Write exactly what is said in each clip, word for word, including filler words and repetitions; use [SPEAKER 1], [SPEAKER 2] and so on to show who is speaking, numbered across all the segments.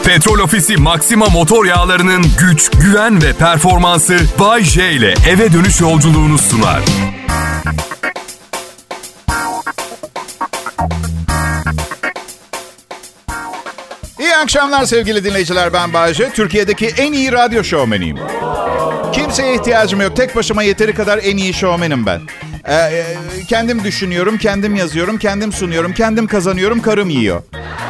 [SPEAKER 1] Petrol Ofisi Maxima motor yağlarının güç, güven ve performansı Bay J ile eve dönüş yolculuğunu sunar.
[SPEAKER 2] İyi akşamlar sevgili dinleyiciler, ben Bay J. Türkiye'deki en iyi radyo şovmeniyim. Kimseye ihtiyacım yok. Tek başıma yeteri kadar en iyi şovmenim ben. Ee, e, kendim düşünüyorum, kendim yazıyorum, kendim sunuyorum, kendim kazanıyorum, karım yiyor.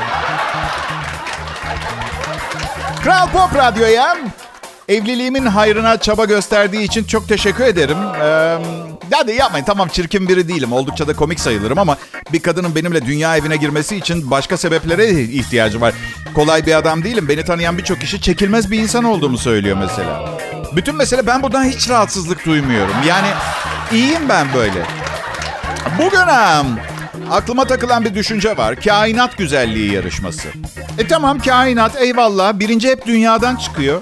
[SPEAKER 2] Kral Pop Radyo'ya evliliğimin hayrına çaba gösterdiği için çok teşekkür ederim. Ee, hadi yapmayın, tamam, çirkin biri değilim. Oldukça da komik sayılırım ama bir kadının benimle dünya evine girmesi için başka sebeplere ihtiyacı var. Kolay bir adam değilim. Beni tanıyan birçok kişi çekilmez bir insan olduğumu söylüyor mesela. Bütün mesele, ben buradan hiç rahatsızlık duymuyorum. Yani iyiyim ben böyle. Bugün ha, aklıma takılan bir düşünce var. Kainat güzelliği yarışması. E tamam, kainat, eyvallah. Birinci hep dünyadan çıkıyor.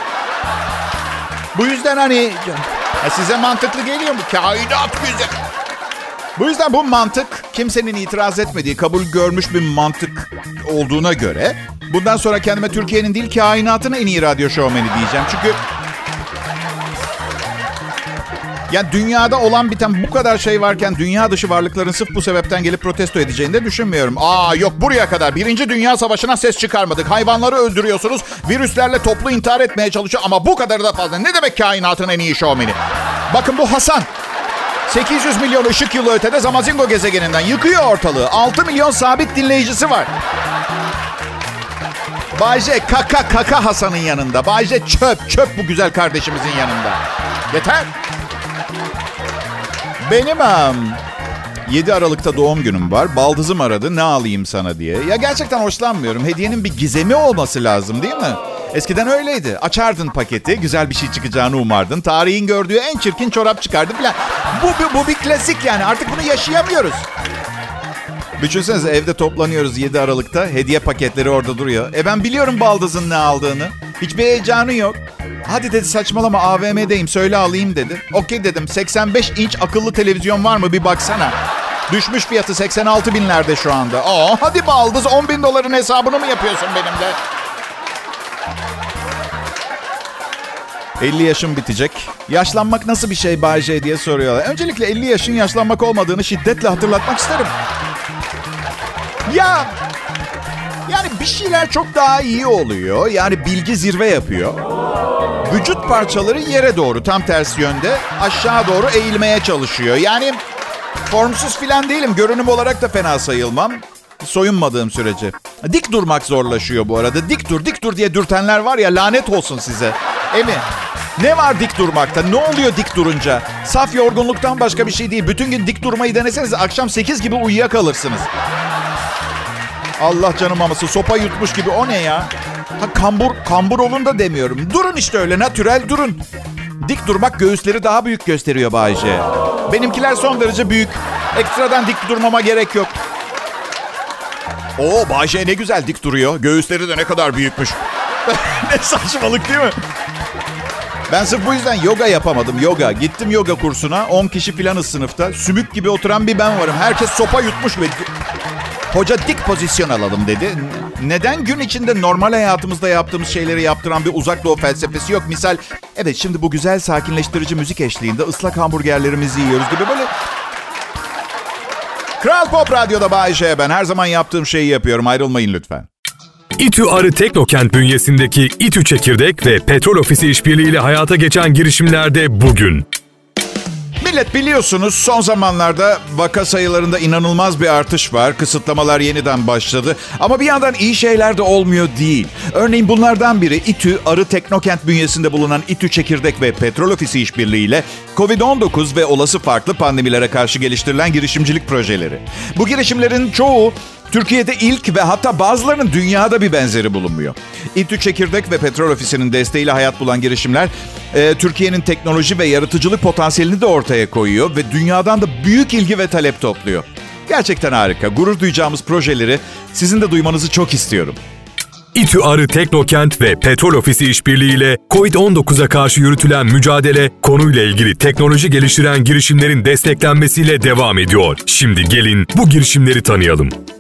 [SPEAKER 2] Bu yüzden hani ya size mantıklı geliyor mu? Kainat güzel. Bu yüzden bu mantık kimsenin itiraz etmediği, kabul görmüş bir mantık olduğuna göre bundan sonra kendime Türkiye'nin değil, kainatın en iyi radyo şovmeni diyeceğim. Çünkü ya dünyada olan biten bu kadar şey varken dünya dışı varlıkların sırf bu sebepten gelip protesto edeceğini de düşünmüyorum. Aa yok, buraya kadar. Birinci Dünya Savaşı'na ses çıkarmadık. Hayvanları öldürüyorsunuz. Virüslerle toplu intihar etmeye çalışıyor ama bu kadarı da fazla. Ne demek kainatın en iyi şovmeni? Bakın bu Hasan. sekiz yüz milyon ışık yılı ötede Zamazingo gezegeninden yıkıyor ortalığı. altı milyon sabit dinleyicisi var. Bay J kaka kaka Hasan'ın yanında. Bay J çöp çöp bu güzel kardeşimizin yanında. Yeter. Benim yedi Aralık'ta doğum günüm var. Baldızım aradı, ne alayım sana diye. Ya gerçekten hoşlanmıyorum. Hediyenin bir gizemi olması lazım değil mi? Eskiden öyleydi. Açardın paketi, güzel bir şey çıkacağını umardın. Tarihin gördüğü en çirkin çorap çıkardı falan. Bu, bu, bu bir klasik yani. Artık bunu yaşayamıyoruz. Düşünsenize, evde toplanıyoruz yedi Aralık'ta. Hediye paketleri orada duruyor. E ben biliyorum baldızın ne aldığını. Hiçbir heyecanı yok. Hadi dedi, saçmalama, A V M'deyim, söyle alayım dedi. Okey dedim, seksen beş inç akıllı televizyon var mı bir baksana. Düşmüş fiyatı seksen altı binlerde şu anda. Aa, hadi baldız, on bin doların hesabını mı yapıyorsun benimle? elli yaşım bitecek. Yaşlanmak nasıl bir şey Bay J diye soruyorlar. Öncelikle elli yaşın yaşlanmak olmadığını şiddetle hatırlatmak isterim. Ya... Yani bir şeyler çok daha iyi oluyor. Yani bilgi zirve yapıyor. Vücut parçaları yere doğru, tam tersi yönde aşağı doğru eğilmeye çalışıyor. Yani formsuz filan değilim. Görünüm olarak da fena sayılmam. Soyunmadığım sürece. Dik durmak zorlaşıyor bu arada. Dik dur, dik dur diye dürtenler var ya, lanet olsun size. Emin. Ne var dik durmakta? Ne oluyor dik durunca? Saf yorgunluktan başka bir şey değil. Bütün gün dik durmayı deneseniz akşam sekiz gibi uyuyakalırsınız. Allah canım aması, sopa yutmuş gibi, o ne ya? Ha, kambur, kambur olun da demiyorum. Durun işte öyle, natürel durun. Dik durmak göğüsleri daha büyük gösteriyor Bay J. Benimkiler son derece büyük. Ekstradan dik durmama gerek yok. Oo, Bay J ne güzel dik duruyor. Göğüsleri de ne kadar büyükmüş. Ne saçmalık değil mi? Ben sırf bu yüzden yoga yapamadım. Yoga. Gittim yoga kursuna. on kişi filanız sınıfta. Sümük gibi oturan bir ben varım. Herkes sopa yutmuş ve... Hoca dik pozisyon alalım dedi. Neden gün içinde normal hayatımızda yaptığımız şeyleri yaptıran bir uzak doğu felsefesi yok? Misal, evet şimdi bu güzel sakinleştirici müzik eşliğinde ıslak hamburgerlerimizi yiyoruz gibi böyle... Kral Pop Radyo'da Bay J, ben her zaman yaptığım şeyi yapıyorum. Ayrılmayın lütfen.
[SPEAKER 1] İTÜ Arı Teknokent bünyesindeki İTÜ Çekirdek ve Petrol Ofisi işbirliğiyle hayata geçen girişimlerde bugün.
[SPEAKER 2] Millet, biliyorsunuz son zamanlarda vaka sayılarında inanılmaz bir artış var. Kısıtlamalar yeniden başladı. Ama bir yandan iyi şeyler de olmuyor değil. Örneğin bunlardan biri İTÜ Arı Teknokent bünyesinde bulunan İTÜ Çekirdek ve Petrol Ofisi işbirliğiyle kovid on dokuz ve olası farklı pandemilere karşı geliştirilen girişimcilik projeleri. Bu girişimlerin çoğu Türkiye'de ilk ve hatta bazılarının dünyada bir benzeri bulunmuyor. İTÜ Çekirdek ve Petrol Ofisi'nin desteğiyle hayat bulan girişimler, e, Türkiye'nin teknoloji ve yaratıcılık potansiyelini de ortaya koyuyor ve dünyadan da büyük ilgi ve talep topluyor. Gerçekten harika. Gurur duyacağımız projeleri sizin de duymanızı çok istiyorum.
[SPEAKER 1] İTÜ Arı Teknokent ve Petrol Ofisi işbirliğiyle kovid on dokuza karşı yürütülen mücadele, konuyla ilgili teknoloji geliştiren girişimlerin desteklenmesiyle devam ediyor. Şimdi gelin bu girişimleri tanıyalım.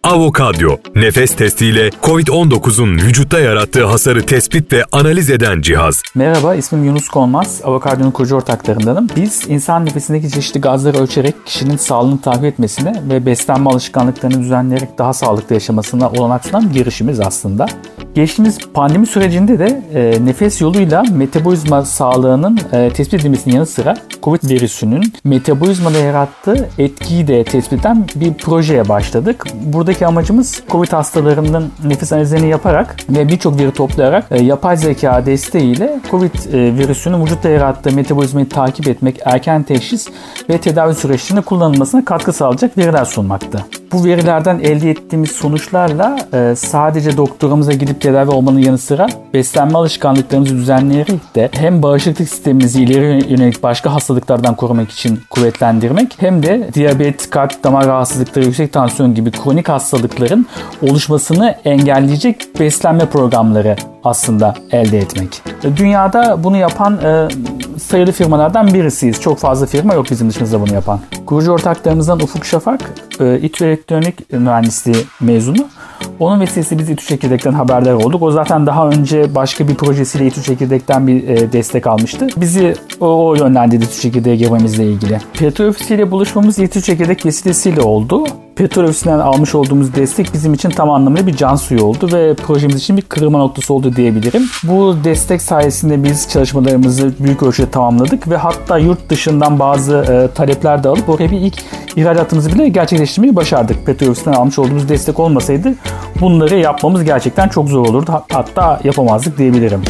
[SPEAKER 1] Avokadyo, nefes testiyle kovid on dokuzun vücutta yarattığı hasarı tespit ve analiz eden cihaz.
[SPEAKER 3] Merhaba, ismim Yunus Konmaz. Avokadyo'nun kurucu ortaklarındanım. Biz insan nefesindeki çeşitli gazları ölçerek kişinin sağlığını takip etmesine ve beslenme alışkanlıklarını düzenleyerek daha sağlıklı yaşamasına olanak sunan bir girişimiz aslında. Geçtiğimiz pandemi sürecinde de e, nefes yoluyla metabolizma sağlığının e, tespit edilmesinin yanı sıra COVID virüsünün metabolizmada yarattığı etkiyi de tespit eden bir projeye başladık. Buradaki amacımız COVID hastalarının nefes analizlerini yaparak ve birçok veri toplayarak e, yapay zeka desteğiyle COVID e, virüsünün vücutta yarattığı metabolizmayı takip etmek, erken teşhis ve tedavi süreçlerinde kullanılmasına katkı sağlayacak veriler sunmaktı. Bu verilerden elde ettiğimiz sonuçlarla e, sadece doktorumuza gidip tedavi olmanın yanı sıra beslenme alışkanlıklarımızı düzenleyerek de hem bağışıklık sistemimizi ileri yönelik başka hastalıklardan korumak için kuvvetlendirmek hem de diyabet, kalp damar rahatsızlıkları, yüksek tansiyon gibi kronik hastalıkların oluşmasını engelleyecek beslenme programları aslında elde etmek. Dünyada bunu yapan e, sayılı firmalardan birisiyiz. Çok fazla firma yok bizim dışımızda bunu yapan. Kurucu ortaklarımızdan Ufuk Şafak, e, İTÜ Elektronik Mühendisliği mezunu. Onun vesilesiyle biz İTÜ Çekirdek'ten haberdar olduk. O zaten daha önce başka bir projesiyle İTÜ Çekirdek'ten bir e, destek almıştı. Bizi o, o yönlendirdi İTÜ Çekirdek'e girmemizle ilgili. Petrol Ofisi'yle buluşmamız İTÜ Çekirdek vesilesiyle oldu. Petrol Ofisi'nden almış olduğumuz destek bizim için tam anlamıyla bir can suyu oldu ve projemiz için bir kırılma noktası oldu diyebilirim. Bu destek sayesinde biz çalışmalarımızı büyük ölçüde tamamladık ve hatta yurt dışından bazı e, talepler de alıp oraya bir ilk ihracatımızı bile gerçekleştirmeyi başardık. Petrol Ofisi'nden almış olduğumuz destek olmasaydı bunları yapmamız gerçekten çok zor olurdu. Hatta yapamazdık diyebilirim.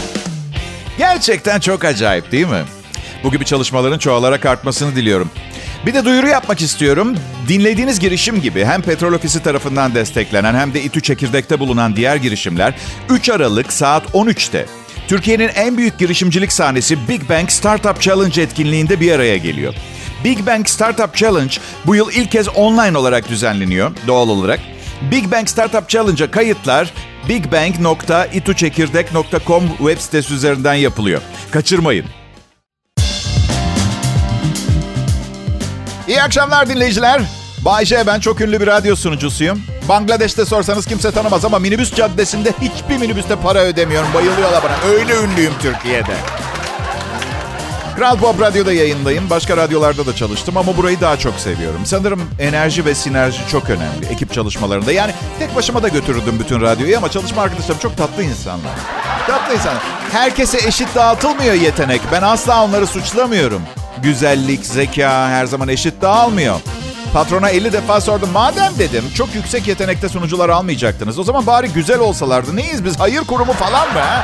[SPEAKER 2] Gerçekten çok acayip değil mi? Bu gibi çalışmaların çoğalarak artmasını diliyorum. Bir de duyuru yapmak istiyorum. Dinlediğiniz girişim gibi hem Petrol Ofisi tarafından desteklenen hem de İTÜ Çekirdek'te bulunan diğer girişimler üç Aralık saat on üçte Türkiye'nin en büyük girişimcilik sahnesi Big Bang Startup Challenge etkinliğinde bir araya geliyor. Big Bang Startup Challenge bu yıl ilk kez online olarak düzenleniyor doğal olarak. Big Bang Startup Challenge'a kayıtlar bigbang nokta ituçekirdek nokta com web sitesi üzerinden yapılıyor. Kaçırmayın. İyi akşamlar dinleyiciler. Bay J, ben çok ünlü bir radyo sunucusuyum. Bangladeş'te sorsanız kimse tanımaz ama minibüs caddesinde hiçbir minibüste para ödemiyorum. Bayılıyorlar bana. Öyle ünlüyüm Türkiye'de. Kral Pop Radyo'da yayındayım. Başka radyolarda da çalıştım ama burayı daha çok seviyorum. Sanırım enerji ve sinerji çok önemli ekip çalışmalarında. Yani tek başıma da götürürdüm bütün radyoyu ama çalışma arkadaşlarım çok tatlı insanlar. Tatlı insanlar. Herkese eşit dağıtılmıyor yetenek. Ben asla onları suçlamıyorum. Güzellik, zeka her zaman eşit dağılmıyor. Patrona elli defa sordum. Madem dedim çok yüksek yetenekte sunucular almayacaktınız. O zaman bari güzel olsalardı. Neyiz biz? Hayır kurumu falan mı? Ha?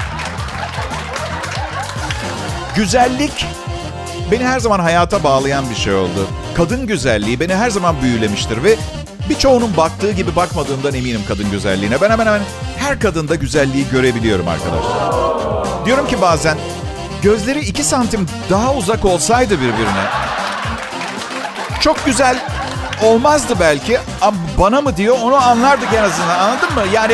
[SPEAKER 2] Güzellik beni her zaman hayata bağlayan bir şey oldu. Kadın güzelliği beni her zaman büyülemiştir ve birçoğunun baktığı gibi bakmadığımdan eminim kadın güzelliğine. Ben hemen hemen her kadında güzelliği görebiliyorum arkadaşlar. Diyorum ki bazen gözleri iki santim daha uzak olsaydı birbirine çok güzel olmazdı belki ama bana mı diyor onu anlardık en azından, anladın mı? Yani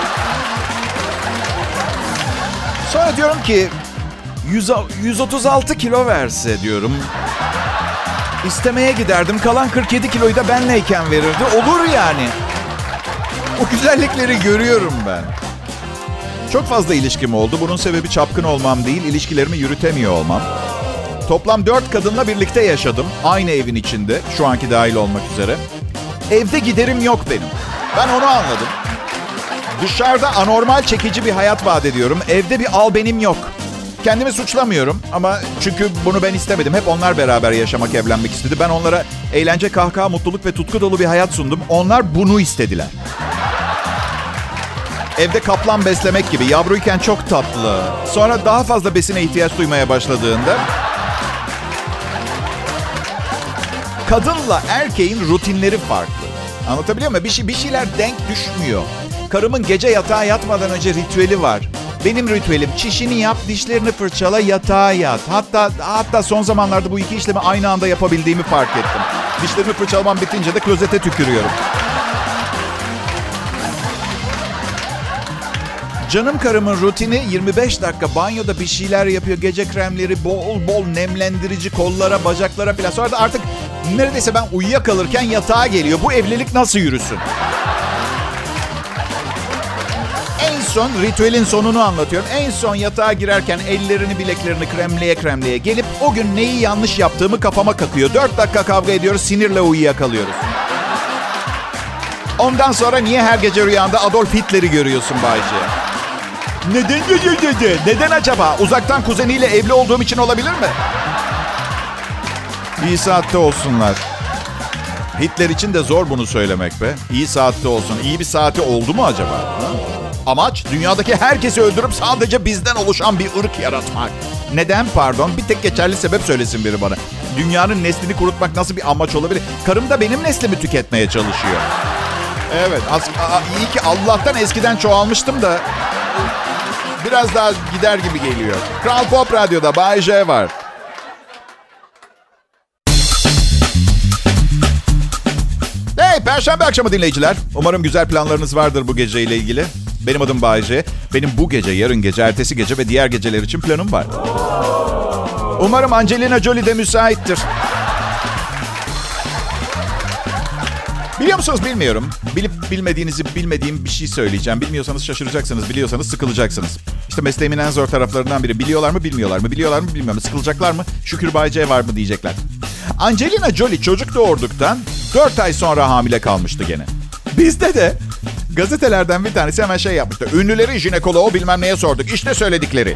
[SPEAKER 2] sonra diyorum ki yüz otuz altı kilo verse diyorum. İstemeye giderdim. Kalan kırk yedi kiloyu da benleyken verirdi. Olur yani. O güzellikleri görüyorum ben. Çok fazla ilişkim oldu. Bunun sebebi çapkın olmam değil, ilişkilerimi yürütemiyor olmam. Toplam dört kadınla birlikte yaşadım. Aynı evin içinde. Şu anki dahil olmak üzere. Evde giderim yok benim. Ben onu anladım. Dışarıda anormal çekici bir hayat vaat ediyorum. Evde bir albenim yok. Kendimi suçlamıyorum ama çünkü bunu ben istemedim. Hep onlar beraber yaşamak, evlenmek istedi. Ben onlara eğlence, kahkaha, mutluluk ve tutku dolu bir hayat sundum. Onlar bunu istediler. Evde kaplan beslemek gibi. Yavruyken çok tatlı. Sonra daha fazla besine ihtiyaç duymaya başladığında kadınla erkeğin rutinleri farklı. Anlatabiliyor muyum? Bir, şey, bir şeyler denk düşmüyor. Karımın gece yatağa yatmadan önce ritüeli var. Benim ritüelim çişini yap, dişlerini fırçala, yatağa yat. Hatta hatta son zamanlarda bu iki işlemi aynı anda yapabildiğimi fark ettim. Dişlerimi fırçalamam bitince de klozete tükürüyorum. Canım karımın rutini yirmi beş dakika banyoda bir şeyler yapıyor. Gece kremleri, bol bol nemlendirici kollara, bacaklara falan. Sonra da artık neredeyse ben uyuyakalırken yatağa geliyor. Bu evlilik nasıl yürüsün? son ritüelin sonunu anlatıyorum. En son yatağa girerken ellerini bileklerini kremleye kremleye gelip o gün neyi yanlış yaptığımı kafama kakıyor. Dört dakika kavga ediyoruz, sinirle uyuyakalıyoruz. Ondan sonra niye her gece rüyanda Adolf Hitler'i görüyorsun Bayce? Neden? Neden acaba? Uzaktan kuzeniyle evli olduğum için olabilir mi? İyi saatte olsunlar. Hitler için de zor bunu söylemek be. İyi saatte olsun. İyi bir saati oldu mu acaba? Ha? Amaç dünyadaki herkesi öldürüp sadece bizden oluşan bir ırk yaratmak. Neden pardon? Bir tek geçerli sebep söylesin biri bana. Dünyanın neslini kurutmak nasıl bir amaç olabilir? Karım da benim neslimi tüketmeye çalışıyor. Evet. As- a- iyi ki Allah'tan eskiden çoğalmıştım da biraz daha gider gibi geliyor. Kral Pop Radyo'da Bay J var. Hey, Perşembe akşamı dinleyiciler. Umarım güzel planlarınız vardır bu geceyle ilgili. Benim adım Bay J. Benim bu gece, yarın gece, ertesi gece ve diğer geceler için planım var. Umarım Angelina Jolie de müsaittir. Biliyor musunuz bilmiyorum. Bilip bilmediğinizi bilmediğim bir şey söyleyeceğim. Bilmiyorsanız şaşıracaksınız, biliyorsanız sıkılacaksınız. İşte mesleğimin en zor taraflarından biri. Biliyorlar mı bilmiyorlar mı? Biliyorlar mı bilmiyorum. Sıkılacaklar mı? Şükür Bay J var mı diyecekler. Angelina Jolie çocuk doğurduktan dört ay sonra hamile kalmıştı gene. Bizde de gazetelerden bir tanesi hemen şey yapmıştı. Ünlüleri jinekoloğu bilmem neye sorduk. İşte söyledikleri.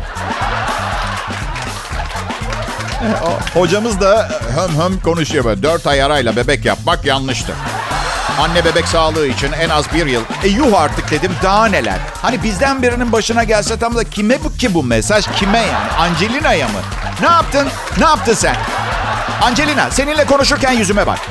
[SPEAKER 2] Hocamız da höm höm konuşuyor böyle. Dört ay arayla bebek yapmak yanlıştı. Anne bebek sağlığı için en az bir yıl. E yuh artık dedim, daha neler. Hani bizden birinin başına gelse tam da kime bu ki bu mesaj? Kime yani? Angelina'ya mı? Ne yaptın? Ne yaptın sen? Angelina, seninle konuşurken yüzüme bak.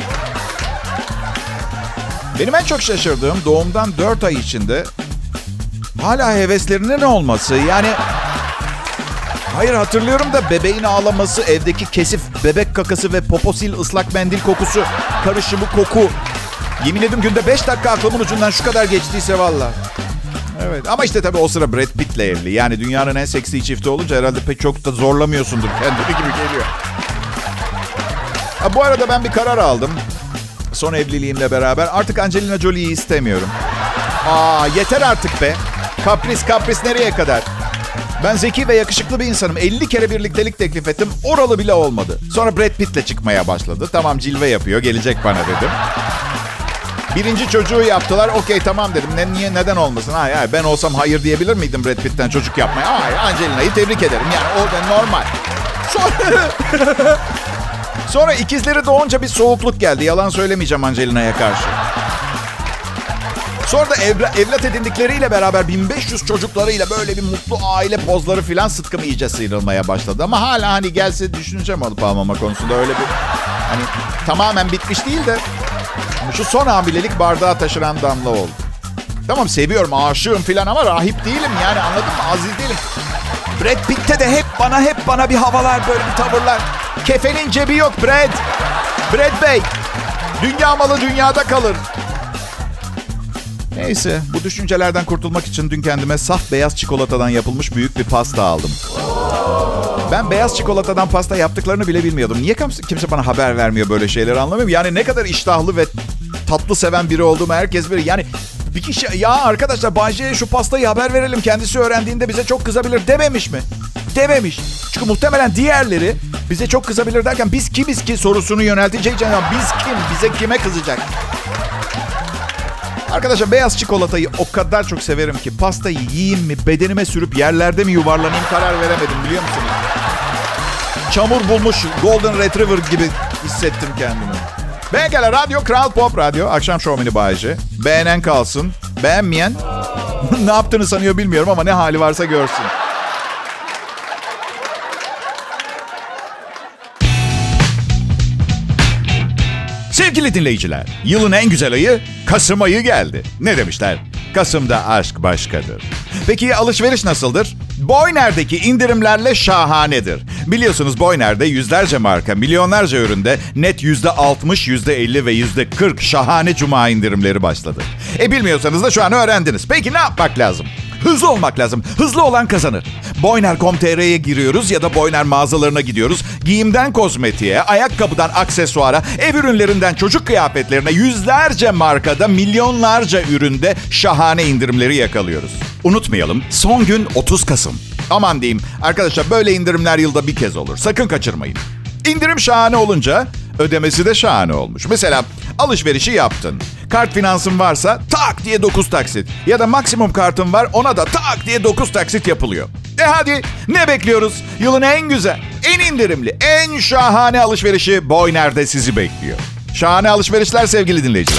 [SPEAKER 2] Benim en çok şaşırdığım doğumdan dört ay içinde hala heveslerinin olması. Yani hayır, hatırlıyorum da bebeğin ağlaması, evdeki kesif bebek kakası ve poposil ıslak mendil kokusu, karışımı koku. Yemin ederim günde beş dakika aklımın ucundan şu kadar geçtiyse valla. Evet ama işte tabii o sıra Brad Pitt'le evli. Yani dünyanın en seksi çifti olunca herhalde pek çok da zorlamıyorsundur kendini gibi geliyor. Ha, bu arada ben bir karar aldım. Son evliliğimle beraber artık Angelina Jolie'yi istemiyorum. Aa yeter artık be. Kapris kapris nereye kadar? Ben zeki ve yakışıklı bir insanım. elli kere birliktelik teklif ettim. Oralı bile olmadı. Sonra Brad Pitt'le çıkmaya başladı. Tamam, cilve yapıyor. Gelecek bana dedim. Birinci çocuğu yaptılar. Okey tamam dedim. Ne, niye neden olmasın? Hayır, hayır, ben olsam hayır diyebilir miydim Brad Pitt'ten çocuk yapmaya? Hayır, Angelina'yı tebrik ederim. Yani o da normal. Sonra... Sonra ikizleri doğunca bir soğukluk geldi. Yalan söylemeyeceğim Angelina'ya karşı. Sonra da evla, evlat edindikleriyle beraber bin beş yüz çocuklarıyla böyle bir mutlu aile pozları filan sıtkım iyice sıyrılmaya başladı. Ama hala hani gelse düşüneceğim alıp almama konusunda öyle bir... Hani tamamen bitmiş değil de... Şu son hamilelik bardağı taşıran damla oldu. Tamam seviyorum, aşığım filan ama rahip değilim yani, anladın mı? Aziz değilim. Brad Pitt'te de hep bana hep bana bir havalar, böyle bir tavırlar. Kefenin cebi yok Brad. Brad Bey. Dünya malı dünyada kalır. Neyse, bu düşüncelerden kurtulmak için dün kendime saf beyaz çikolatadan yapılmış büyük bir pasta aldım. Ben beyaz çikolatadan pasta yaptıklarını bile bilmiyordum. Niye kimse bana haber vermiyor böyle şeyleri, anlamıyorum. Yani ne kadar iştahlı ve tatlı seven biri olduğumu herkes bilir. Yani bir kişi ya arkadaşlar Bay J'ye şu pastayı haber verelim, kendisi öğrendiğinde bize çok kızabilir dememiş mi? Dememiş. Çünkü muhtemelen diğerleri bize çok kızabilir derken biz kimiz ki sorusunu yöneltecek. Yani biz kim? Bize kime kızacak? Arkadaşlar beyaz çikolatayı o kadar çok severim ki pastayı yiyeyim mi, bedenime sürüp yerlerde mi yuvarlanayım karar veremedim, biliyor musunuz? Çamur bulmuş Golden Retriever gibi hissettim kendimi. Pekala, Radyo Kral Pop Radyo. Akşam şovmeni Bay J. Beğenen kalsın. Beğenmeyen ne yaptığını sanıyor bilmiyorum ama ne hali varsa görsün. Sevgili dinleyiciler, yılın en güzel ayı Kasım ayı geldi. Ne demişler? Kasım'da aşk başkadır. Peki alışveriş nasıldır? Boyner'deki indirimlerle şahanedir. Biliyorsunuz Boyner'de yüzlerce marka, milyonlarca üründe net yüzde altmış, yüzde elli ve yüzde kırk şahane cuma indirimleri başladı. E bilmiyorsanız da şu an öğrendiniz. Peki ne yapmak lazım? Hızlı olmak lazım. Hızlı olan kazanır. boyner nokta com nokta tr'ye giriyoruz ya da Boyner mağazalarına gidiyoruz. Giyimden kozmetiğe, ayakkabıdan aksesuara, ev ürünlerinden çocuk kıyafetlerine yüzlerce markada, milyonlarca üründe şahane indirimleri yakalıyoruz. Unutmayalım, son gün otuz Kasım. Aman diyeyim arkadaşlar, böyle indirimler yılda bir kez olur. Sakın kaçırmayın. İndirim şahane olunca ödemesi de şahane olmuş. Mesela alışverişi yaptın. Kart finansın varsa tak diye dokuz taksit. Ya da maksimum kartın var, ona da tak diye dokuz taksit yapılıyor. E hadi ne bekliyoruz? Yılın en güzel, en indirimli, en şahane alışverişi Boyner'de sizi bekliyor. Şahane alışverişler sevgili dinleyiciler.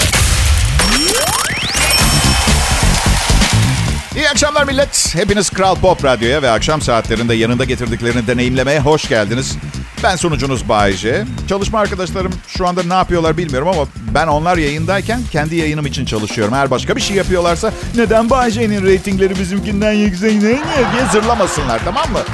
[SPEAKER 2] İyi akşamlar millet. Hepiniz Kral Pop Radyo'ya ve akşam saatlerinde yanında getirdiklerini deneyimlemeye hoş geldiniz. Ben sunucunuz Bay J. Çalışma arkadaşlarım şu anda ne yapıyorlar bilmiyorum ama ben onlar yayındayken kendi yayınım için çalışıyorum. Eğer başka bir şey yapıyorlarsa neden Bay J'nin reytingleri bizimkinden yüksek ne diye zırlamasınlar, tamam mı?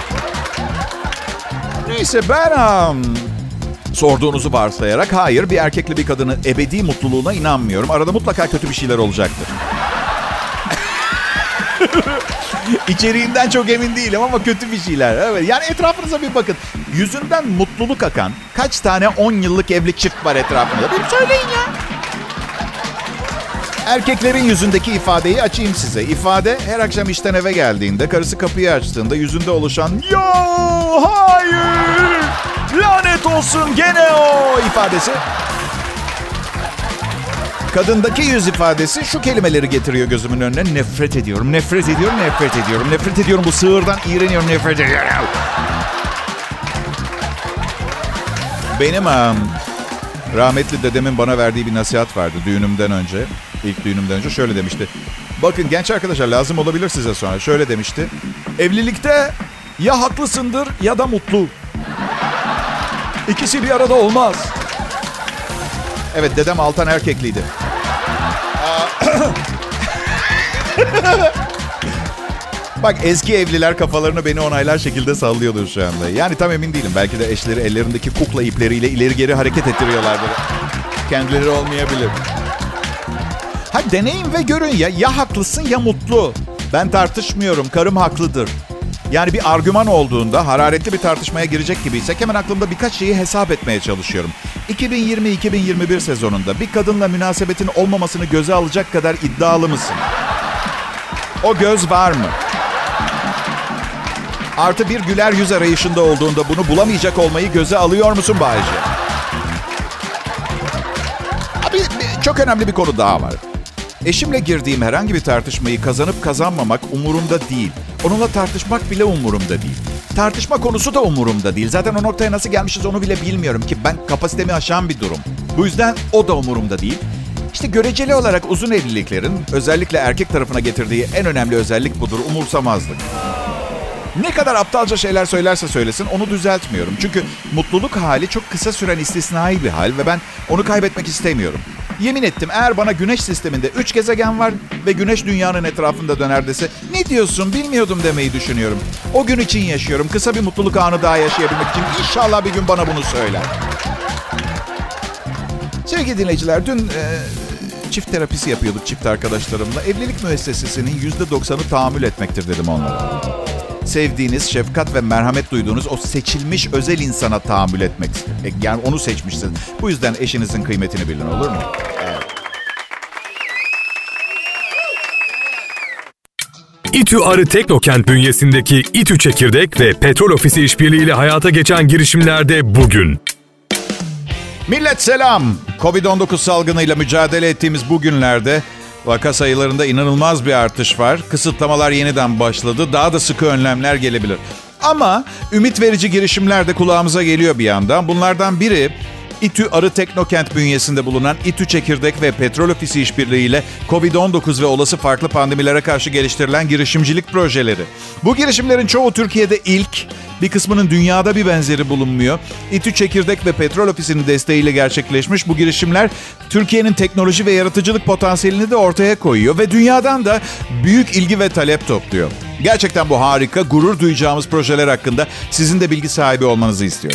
[SPEAKER 2] Neyse ben um, sorduğunuzu varsayarak hayır, bir erkekle bir kadının ebedi mutluluğuna inanmıyorum. Arada mutlaka kötü bir şeyler olacaktır. İçeriğinden çok emin değilim ama kötü bir şeyler. Evet. Yani etrafınıza bir bakın. Yüzünden mutluluk akan kaç tane on yıllık evli çift var etrafında? Bir söyleyin ya. Erkeklerin yüzündeki ifadeyi açayım size. İfade her akşam işten eve geldiğinde, karısı kapıyı açtığında yüzünde oluşan "Yo, hayır, lanet olsun gene o" ifadesi. Kadındaki yüz ifadesi şu kelimeleri getiriyor gözümün önüne. Nefret ediyorum, nefret ediyorum, nefret ediyorum. Nefret ediyorum bu sığırdan, iğreniyorum, nefret ediyorum. Benim um, rahmetli dedemin bana verdiği bir nasihat vardı düğünümden önce. İlk düğünümden önce şöyle demişti. Bakın genç arkadaşlar, lazım olabilir size sonra. Şöyle demişti. Evlilikte ya haklısındır ya da mutlu. İkisi bir arada olmaz. Evet, dedem Altan erkekliydi. Bak, eski evliler kafalarını beni onaylar şekilde sallıyordur şu anda. Yani tam emin değilim. Belki de eşleri ellerindeki kukla ipleriyle ileri geri hareket ettiriyorlardır. Kendileri olmayabilir. Ha, deneyin ve görün ya. Ya haklısın ya mutlu. Ben tartışmıyorum. Karım haklıdır. Yani bir argüman olduğunda, hararetli bir tartışmaya girecek gibiysek hemen aklımda birkaç şeyi hesap etmeye çalışıyorum. iki bin yirmi iki bin yirmi bir sezonunda bir kadınla münasebetin olmamasını göze alacak kadar iddialı mısın? O göz var mı? Artı bir güler yüz arayışında olduğunda bunu bulamayacak olmayı göze alıyor musun Bayce? Abi, çok önemli bir konu daha var. Eşimle girdiğim herhangi bir tartışmayı kazanıp kazanmamak umurumda değil. Onunla tartışmak bile umurumda değil. Tartışma konusu da umurumda değil. Zaten o noktaya nasıl gelmişiz onu bile bilmiyorum ki. Ben kapasitemi aşan bir durum. Bu yüzden o da umurumda değil. İşte göreceli olarak uzun evliliklerin özellikle erkek tarafına getirdiği en önemli özellik budur. Umursamazlık. Ne kadar aptalca şeyler söylerse söylesin onu düzeltmiyorum. Çünkü mutluluk hali çok kısa süren istisnai bir hal ve ben onu kaybetmek istemiyorum. Yemin ettim, eğer bana güneş sisteminde üç gezegen var ve güneş dünyanın etrafında döner dese, ne diyorsun bilmiyordum demeyi düşünüyorum. O gün için yaşıyorum. Kısa bir mutluluk anı daha yaşayabilmek için inşallah bir gün bana bunu söyler. Sevgili dinleyiciler, dün e, çift terapisi yapıyorduk çift arkadaşlarımla. Evlilik müessesesinin yüzde doksanı tahammül etmektir dedim onlara. Sevdiğiniz, şefkat ve merhamet duyduğunuz o seçilmiş özel insana tahammül etmek. Yani onu seçmişsiniz. Bu yüzden eşinizin kıymetini bilin, olur mu? Evet.
[SPEAKER 1] İTÜ Arı Teknokent bünyesindeki İTÜ Çekirdek ve Petrol Ofisi işbirliğiyle hayata geçen girişimlerde bugün.
[SPEAKER 2] Millet selam. kovid on dokuz salgınıyla mücadele ettiğimiz bu günlerde vaka sayılarında inanılmaz bir artış var. Kısıtlamalar yeniden başladı. Daha da sıkı önlemler gelebilir. Ama ümit verici girişimler de kulağımıza geliyor bir yandan. Bunlardan biri İTÜ Arı Teknokent bünyesinde bulunan İTÜ Çekirdek ve Petrol Ofisi işbirliğiyle kovid on dokuz ve olası farklı pandemilere karşı geliştirilen girişimcilik projeleri. Bu girişimlerin çoğu Türkiye'de ilk, bir kısmının dünyada bir benzeri bulunmuyor. İTÜ Çekirdek ve Petrol Ofisi'nin desteğiyle gerçekleşmiş bu girişimler Türkiye'nin teknoloji ve yaratıcılık potansiyelini de ortaya koyuyor ve dünyadan da büyük ilgi ve talep topluyor. Gerçekten bu harika, gurur duyacağımız projeler hakkında sizin de bilgi sahibi olmanızı istiyorum.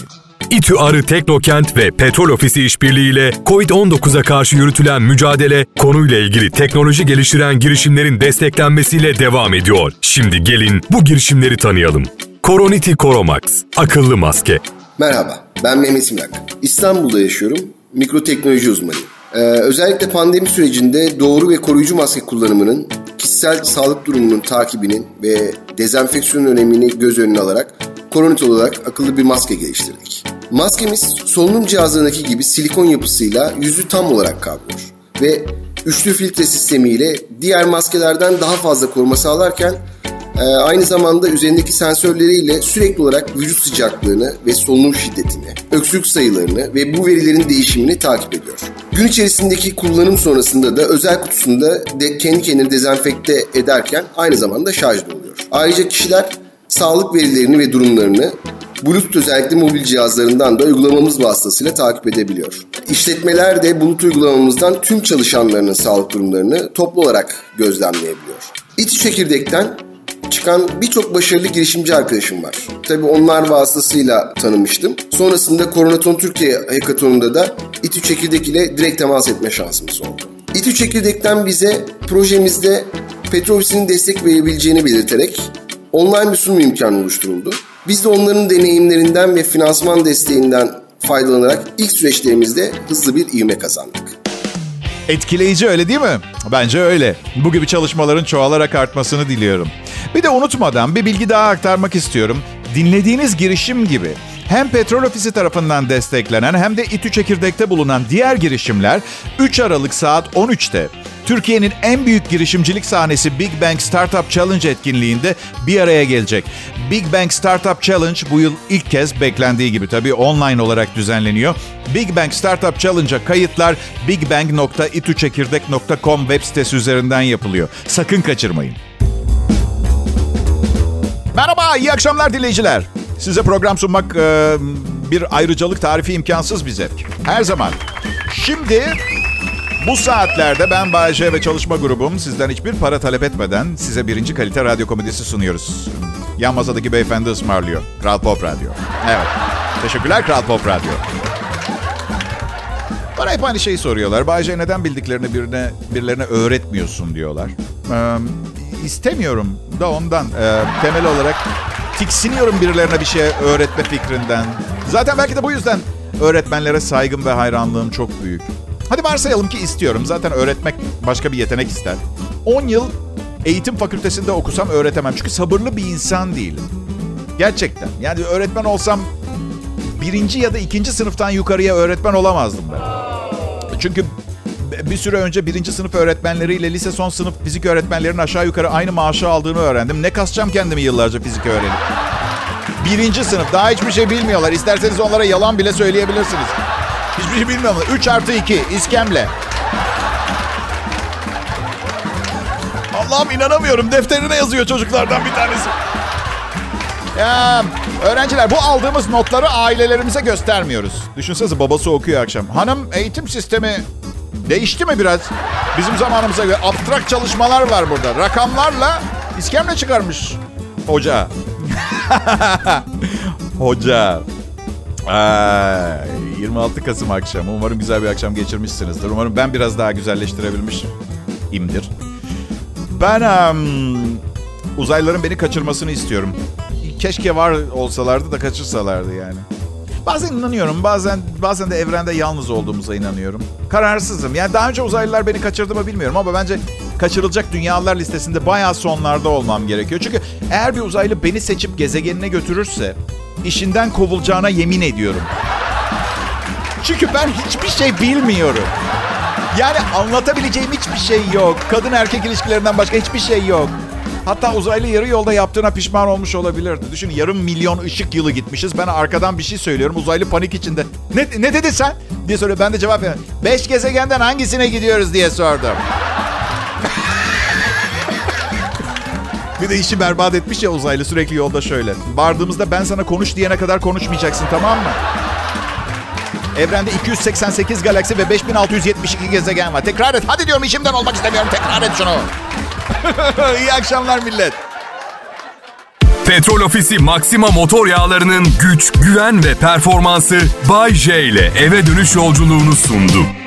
[SPEAKER 1] İTÜ Arı Teknokent ve Petrol Ofisi işbirliğiyle kovid on dokuza karşı yürütülen mücadele, konuyla ilgili teknoloji geliştiren girişimlerin desteklenmesiyle devam ediyor. Şimdi gelin bu girişimleri tanıyalım. Coronity Coromax, akıllı maske.
[SPEAKER 4] Merhaba, ben Mehmet İmrak. İstanbul'da yaşıyorum, mikroteknoloji uzmanıyım. Ee, özellikle pandemi sürecinde doğru ve koruyucu maske kullanımının, kişisel sağlık durumunun takibinin ve dezenfeksiyonun önemini göz önüne alarak Coronity olarak akıllı bir maske geliştirdik. Maskemiz solunum cihazlarındaki gibi silikon yapısıyla yüzü tam olarak kavrıyor ve üçlü filtre sistemiyle diğer maskelerden daha fazla koruma sağlarken e, aynı zamanda üzerindeki sensörleriyle sürekli olarak vücut sıcaklığını ve solunum şiddetini, öksürük sayılarını ve bu verilerin değişimini takip ediyor. Gün içerisindeki kullanım sonrasında da özel kutusunda de kendi kendini dezenfekte ederken aynı zamanda şarjda oluyor. Ayrıca kişiler sağlık verilerini ve durumlarını Bluetooth özellikle mobil cihazlarından da uygulamamız vasıtasıyla takip edebiliyor. İşletmeler de Bluetooth uygulamamızdan tüm çalışanlarının sağlık durumlarını toplu olarak gözlemleyebiliyor. İTÜ Çekirdek'ten çıkan birçok başarılı girişimci arkadaşım var. Tabii onlar vasıtasıyla tanımıştım. Sonrasında Koronaton Türkiye Hackathon'unda da İTÜ Çekirdek ile direkt temas etme şansımız oldu. İTÜ Çekirdek'ten bize projemizde Petrol Ofisi'nin destek verebileceğini belirterek online bir sunum imkanı oluşturuldu. Biz de onların deneyimlerinden ve finansman desteğinden faydalanarak ilk süreçlerimizde hızlı bir ivme kazandık.
[SPEAKER 2] Etkileyici, öyle değil mi? Bence öyle. Bu gibi çalışmaların çoğalarak artmasını diliyorum. Bir de unutmadan bir bilgi daha aktarmak istiyorum. Dinlediğiniz girişim gibi hem Petrol Ofisi tarafından desteklenen hem de İTÜ Çekirdek'te bulunan diğer girişimler üç Aralık saat on üçte Türkiye'nin en büyük girişimcilik sahnesi Big Bang Startup Challenge etkinliğinde bir araya gelecek. Big Bang Startup Challenge bu yıl ilk kez beklendiği gibi tabii online olarak düzenleniyor. Big Bang Startup Challenge'a kayıtlar bigbang nokta itüçekirdek nokta com web sitesi üzerinden yapılıyor. Sakın kaçırmayın. Merhaba, iyi akşamlar dinleyiciler. Size program sunmak e, bir ayrıcalık, tarifi imkansız bir zevk. Her zaman. Şimdi bu saatlerde ben Bayece ve çalışma grubum sizden hiçbir para talep etmeden size birinci kalite radyo komedisi sunuyoruz. Yan masadaki beyefendi ısmarlıyor. Kral Pop Radyo. Evet. Teşekkürler Kral Pop Radyo. Bana hep aynı şeyi soruyorlar. Bayece neden bildiklerini birine, birilerine öğretmiyorsun diyorlar. Ee, istemiyorum da ondan. Ee, temel olarak tiksiniyorum birilerine bir şey öğretme fikrinden. Zaten belki de bu yüzden öğretmenlere saygım ve hayranlığım çok büyük. Hadi varsayalım ki istiyorum. Zaten öğretmek başka bir yetenek ister. on yıl eğitim fakültesinde okusam öğretemem. Çünkü sabırlı bir insan değilim. Gerçekten. Yani öğretmen olsam birinci ya da ikinci sınıftan yukarıya öğretmen olamazdım ben. Çünkü bir süre önce birinci sınıf öğretmenleriyle lise son sınıf fizik öğretmenlerinin aşağı yukarı aynı maaşı aldığını öğrendim. Ne kasacağım kendimi yıllarca fizik öğrenip. Birinci sınıf. Daha hiçbir şey bilmiyorlar. İsterseniz onlara yalan bile söyleyebilirsiniz. Hiçbir şey bilmiyorlar. üç artı iki iskemle. Allah'ım inanamıyorum. Defterine yazıyor çocuklardan bir tanesi. Ya, öğrenciler, bu aldığımız notları ailelerimize göstermiyoruz. Düşünsenize, babası okuyor akşam. Hanım, eğitim sistemi değişti mi biraz? Bizim zamanımıza göre abstrakt çalışmalar var burada. Rakamlarla iskemle çıkarmış hoca. Hoca. Ay, yirmi altı Kasım akşamı. Umarım güzel bir akşam geçirmişsinizdir. Umarım ben biraz daha güzelleştirebilmişimdir. Ben um, uzaylıların beni kaçırmasını istiyorum. Keşke var olsalardı da kaçırsalardı yani. Bazen inanıyorum, bazen bazen de evrende yalnız olduğumuza inanıyorum. Kararsızım. Yani daha önce uzaylılar beni kaçırdı mı bilmiyorum ama bence kaçırılacak dünyalar listesinde bayağı sonlarda olmam gerekiyor. Çünkü eğer bir uzaylı beni seçip gezegenine götürürse işinden kovulacağına yemin ediyorum. Çünkü ben hiçbir şey bilmiyorum. Yani anlatabileceğim hiçbir şey yok. Kadın erkek ilişkilerinden başka hiçbir şey yok. Hatta uzaylı yarı yolda yaptığına pişman olmuş olabilirdi. Düşün, yarım milyon ışık yılı gitmişiz. Ben arkadan bir şey söylüyorum. Uzaylı panik içinde. Ne, ne dedin sen? Diye soruyor. Ben de cevap veriyorum. Beş gezegenden hangisine gidiyoruz diye sordum. Bir de işi berbat etmiş ya uzaylı, sürekli yolda şöyle. Vardığımızda ben sana konuş diyene kadar konuşmayacaksın, tamam mı? Evrende iki yüz seksen sekiz galaksi ve beş bin altı yüz yetmiş iki gezegen var. Tekrar et. Hadi diyorum, işimden olmak istemiyorum. Tekrar et şunu. İyi akşamlar millet.
[SPEAKER 1] Petrol Ofisi Maxima motor yağlarının güç, güven ve performansı Bay J ile eve dönüş yolculuğunu sundu.